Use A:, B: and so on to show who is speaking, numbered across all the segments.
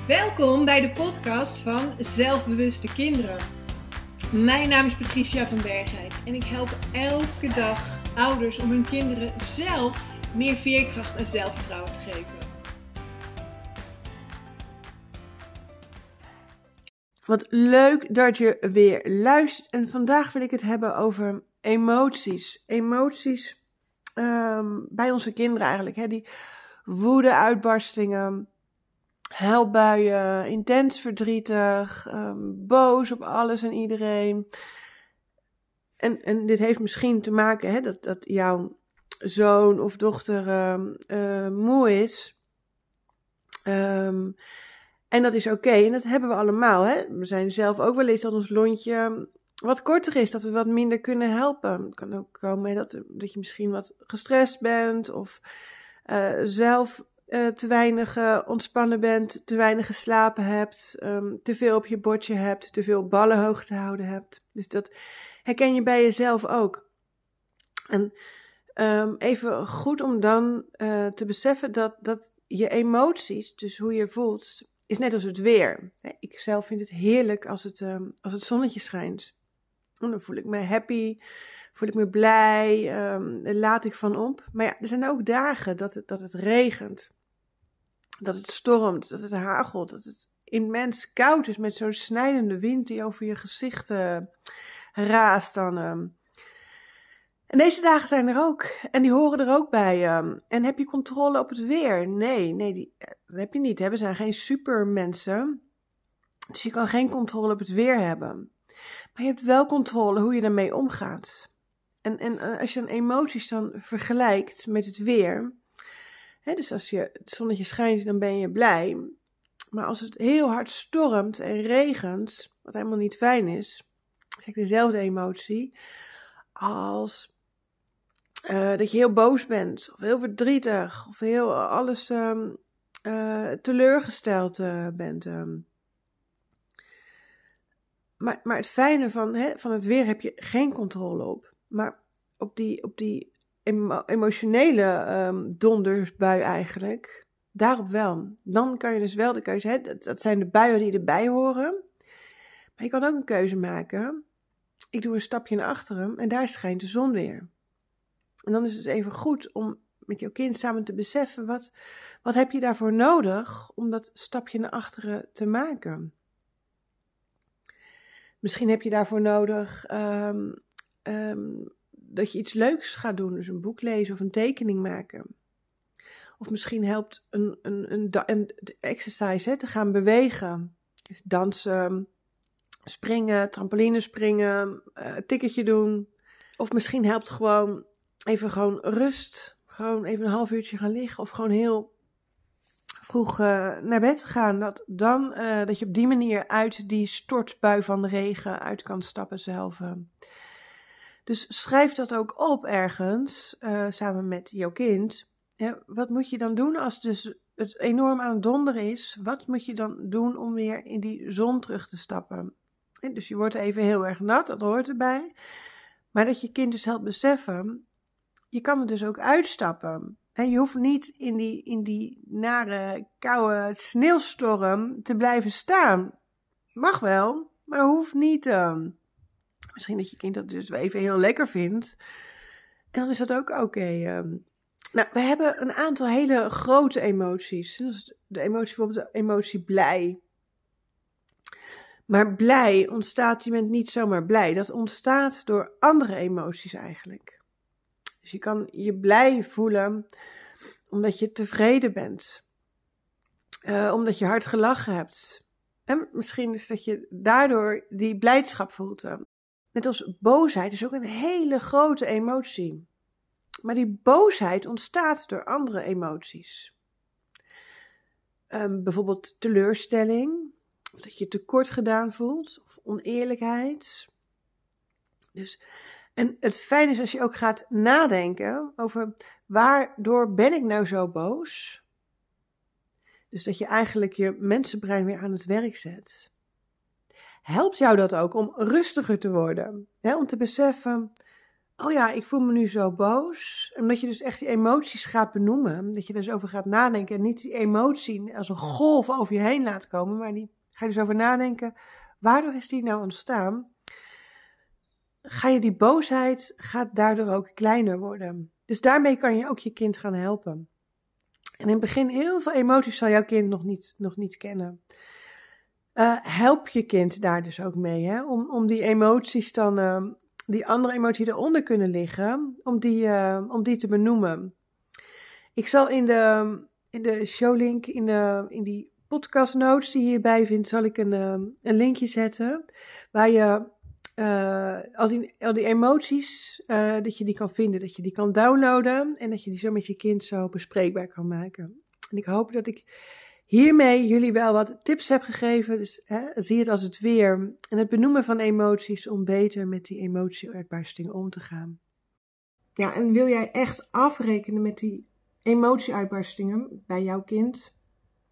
A: Welkom bij de podcast van Zelfbewuste Kinderen. Mijn naam is Patricia van Bergijk en ik help elke dag ouders om hun kinderen zelf meer veerkracht en zelfvertrouwen te geven.
B: Wat leuk dat je weer luistert en vandaag wil ik het hebben over emoties. Emoties bij onze kinderen eigenlijk, hè? Die woede-uitbarstingen, huilbuien, intens verdrietig, boos op alles en iedereen. En dit heeft misschien te maken, hè, dat jouw zoon of dochter moe is. En dat is oké. En dat hebben we allemaal. Hè? We zijn zelf ook wel eens dat ons lontje wat korter is, dat we wat minder kunnen helpen. Het kan ook komen dat je misschien wat gestrest bent of zelf te weinig ontspannen bent, te weinig geslapen hebt, te veel op je bordje hebt, te veel ballen hoog te houden hebt. Dus dat herken je bij jezelf ook. En even goed om dan te beseffen dat je emoties, dus hoe je voelt, is net als het weer. Ik zelf vind het heerlijk als het zonnetje schijnt. En dan voel ik me happy, voel ik me blij, laat ik van op. Maar ja, er zijn ook dagen dat het regent. Dat het stormt, dat het hagelt, dat het immens koud is met zo'n snijdende wind die over je gezicht raast dan. En deze dagen zijn er ook. En die horen er ook bij. En heb je controle op het weer? Nee, dat heb je niet. We zijn geen supermensen. Dus je kan geen controle op het weer hebben. Maar je hebt wel controle hoe je daarmee omgaat. En als je dan emoties dan vergelijkt met het weer. Hè, dus als het zonnetje schijnt, dan ben je blij. Maar als het heel hard stormt en regent, wat helemaal niet fijn is, is eigenlijk dezelfde emotie als dat je heel boos bent, of heel verdrietig, of heel alles teleurgesteld bent. Maar het fijne van het weer heb je geen controle op. Maar op die emotionele dondersbui eigenlijk, daarop wel. Dan kan je dus wel de keuze, dat zijn de buien die erbij horen. Maar je kan ook een keuze maken. Ik doe een stapje naar achteren en daar schijnt de zon weer. En dan is het even goed om met jouw kind samen te beseffen, wat heb je daarvoor nodig om dat stapje naar achteren te maken? Misschien heb je daarvoor nodig dat je iets leuks gaat doen, dus een boek lezen of een tekening maken. Of misschien helpt een exercise te gaan bewegen, dus dansen, springen, trampoline springen, tikketje doen. Of misschien helpt gewoon even rust, gewoon even een half uurtje gaan liggen of gewoon heel vroeg naar bed gaan. Dat je op die manier uit die stortbui van de regen uit kan stappen zelf. Dus schrijf dat ook op ergens, samen met jouw kind. Ja, wat moet je dan doen als dus het enorm aan het donderen is? Wat moet je dan doen om weer in die zon terug te stappen? En dus je wordt even heel erg nat, dat hoort erbij. Maar dat je kind dus helpt beseffen, je kan er dus ook uitstappen. En je hoeft niet in die nare, koude sneeuwstorm te blijven staan. Mag wel, maar hoeft niet. Misschien dat je kind dat dus even heel lekker vindt. En dan is dat ook oké. Nou, we hebben een aantal hele grote emoties. Dat is de emotie, bijvoorbeeld de emotie blij. Maar blij ontstaat, je bent niet zomaar blij. Dat ontstaat door andere emoties eigenlijk. Dus je kan je blij voelen omdat je tevreden bent. Omdat je hard gelachen hebt. En misschien is dat je daardoor die blijdschap voelt. Net als boosheid is ook een hele grote emotie. Maar die boosheid ontstaat door andere emoties. Bijvoorbeeld teleurstelling. Of dat je tekort gedaan voelt. Of oneerlijkheid. En het fijne is als je ook gaat nadenken over waardoor ben ik nou zo boos? Dus dat je eigenlijk je mensenbrein weer aan het werk zet. Helpt jou dat ook om rustiger te worden? Om te beseffen, oh ja, ik voel me nu zo boos. Omdat je dus echt die emoties gaat benoemen. Dat je er dus over gaat nadenken. En niet die emotie als een golf over je heen laat komen. Maar die ga je dus over nadenken. Waardoor is die nou ontstaan? Ga je die boosheid, gaat daardoor ook kleiner worden. Dus daarmee kan je ook je kind gaan helpen. En in het begin, heel veel emoties zal jouw kind nog niet kennen. Help je kind daar dus ook mee. Hè? Om die emoties dan, die andere emoties die eronder kunnen liggen, om die te benoemen. Ik zal in de showlink, in die podcast notes die je hierbij vindt, zal ik een linkje zetten. Waar je al die emoties, dat je die kan vinden, dat je die kan downloaden. En dat je die zo met je kind zo bespreekbaar kan maken. En ik hoop dat ik hiermee jullie wel wat tips heb gegeven. Dus zie het als het weer. En het benoemen van emoties om beter met die emotieuitbarstingen om te gaan. Ja, en wil jij echt afrekenen met die emotieuitbarstingen bij jouw kind?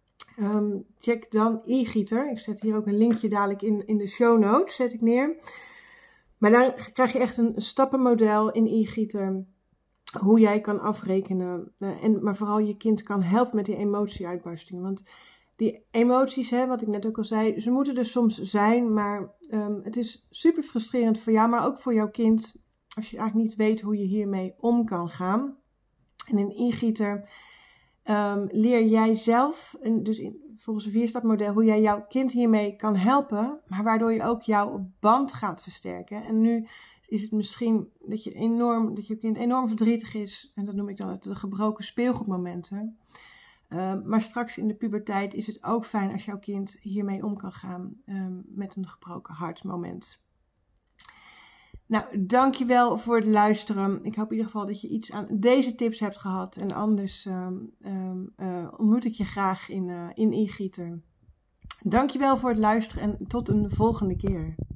B: Check dan e-Gieter. Ik zet hier ook een linkje dadelijk in de show notes, zet ik neer. Maar dan krijg je echt een stappenmodel in e-Gieter. Hoe jij kan afrekenen. Maar vooral je kind kan helpen met die emotieuitbarstingen. Want die emoties, wat ik net ook al zei, ze moeten er soms zijn. Maar het is super frustrerend voor jou, maar ook voor jouw kind. Als je eigenlijk niet weet hoe je hiermee om kan gaan. En in e-Gieter leer jij zelf, dus volgens een 4-stapmodel, hoe jij jouw kind hiermee kan helpen. Maar waardoor je ook jouw band gaat versterken. En nu is het misschien dat je kind enorm verdrietig is. En dat noem ik dan de gebroken speelgoedmomenten. Maar straks in de puberteit is het ook fijn als jouw kind hiermee om kan gaan. Met een gebroken hartmoment. Nou, dankjewel voor het luisteren. Ik hoop in ieder geval dat je iets aan deze tips hebt gehad. En anders ontmoet ik je graag in e-Gieter. Dankjewel voor het luisteren en tot een volgende keer.